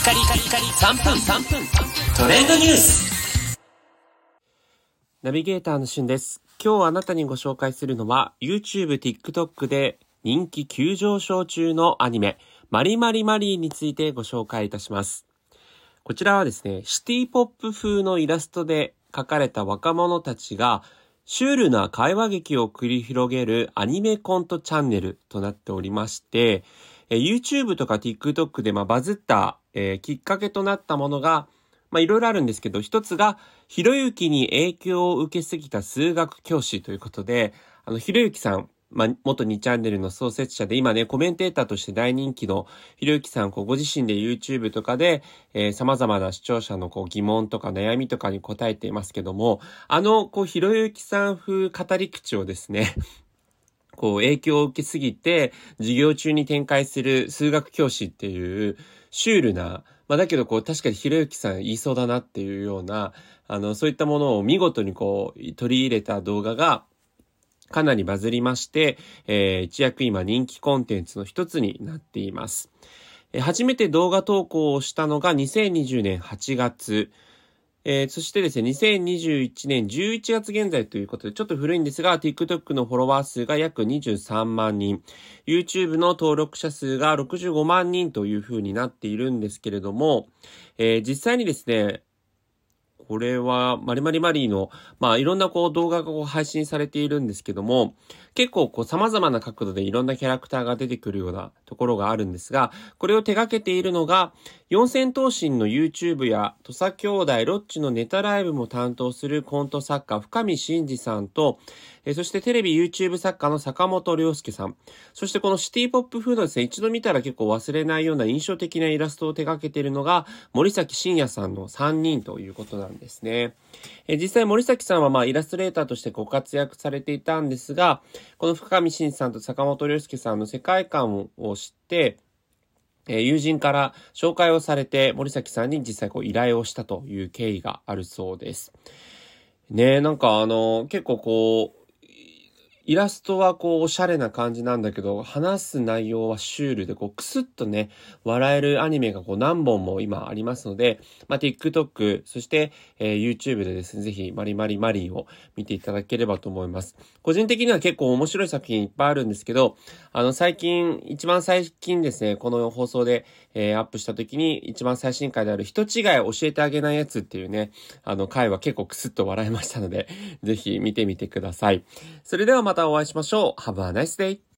カリカリカリ3分トレンドニュース。 ナビゲーターのしゅんです。今日あなたにご紹介するのは YouTube、TikTok で人気急上昇中のアニメマリマリマリーについてご紹介いたします。こちらはですね、シティポップ風のイラストで描かれた若者たちがシュールな会話劇を繰り広げるアニメコントチャンネルとなっておりまして、YouTube とか TikTok でバズった、きっかけとなったものがいろいろあるんですけど、一つがひろゆきに影響を受けすぎた数学教師ということで、ひろゆきさん、元2チャンネルの創設者で今ねコメンテーターとして大人気のひろゆきさん、ご自身で YouTube とかで、様々な視聴者の疑問とか悩みとかに答えていますけども、ひろゆきさん風語り口をですね影響を受けすぎて授業中に展開する数学教師っていうシュールな、だけど確かにひろゆきさん言いそうだなっていうようなそういったものを見事に取り入れた動画がかなりバズりまして、一躍今人気コンテンツの一つになっています。初めて動画投稿をしたのが2020年8月。そしてですね、2021年11月現在ということで、ちょっと古いんですが、TikTok のフォロワー数が約23万人、YouTube の登録者数が65万人という風になっているんですけれども、実際にですね、これはマリマリマリーのいろんな動画が配信されているんですけども、結構様々な角度でいろんなキャラクターが出てくるようなところがあるんですが、これを手掛けているのが四千頭身の YouTube や土佐兄弟ロッチのネタライブも担当するコント作家深見真司さんと、そしてテレビ YouTube 作家の坂本良介さん、そしてこのシティポップ風のですね、一度見たら結構忘れないような印象的なイラストを手掛けているのが森崎真也さんの3人ということなんですね。実際森崎さんはイラストレーターとしてご活躍されていたんですが、この深見真司さんと坂本良介さんの世界観を知って、友人から紹介をされて森崎さんに実際依頼をしたという経緯があるそうです。ね、結構イラストはおしゃれな感じなんだけど、話す内容はシュールでクスッとね、笑えるアニメが何本も今ありますので、TikTok、そして、YouTube でですね、ぜひマリマリマリーを見ていただければと思います。個人的には結構面白い作品いっぱいあるんですけど、一番最近ですね、この放送で、アップした時に一番最新回である人違い教えてあげないやつっていうね、回は結構クスッと笑いましたので、ぜひ見てみてください。それではまたお会いしましょう。Have a nice day!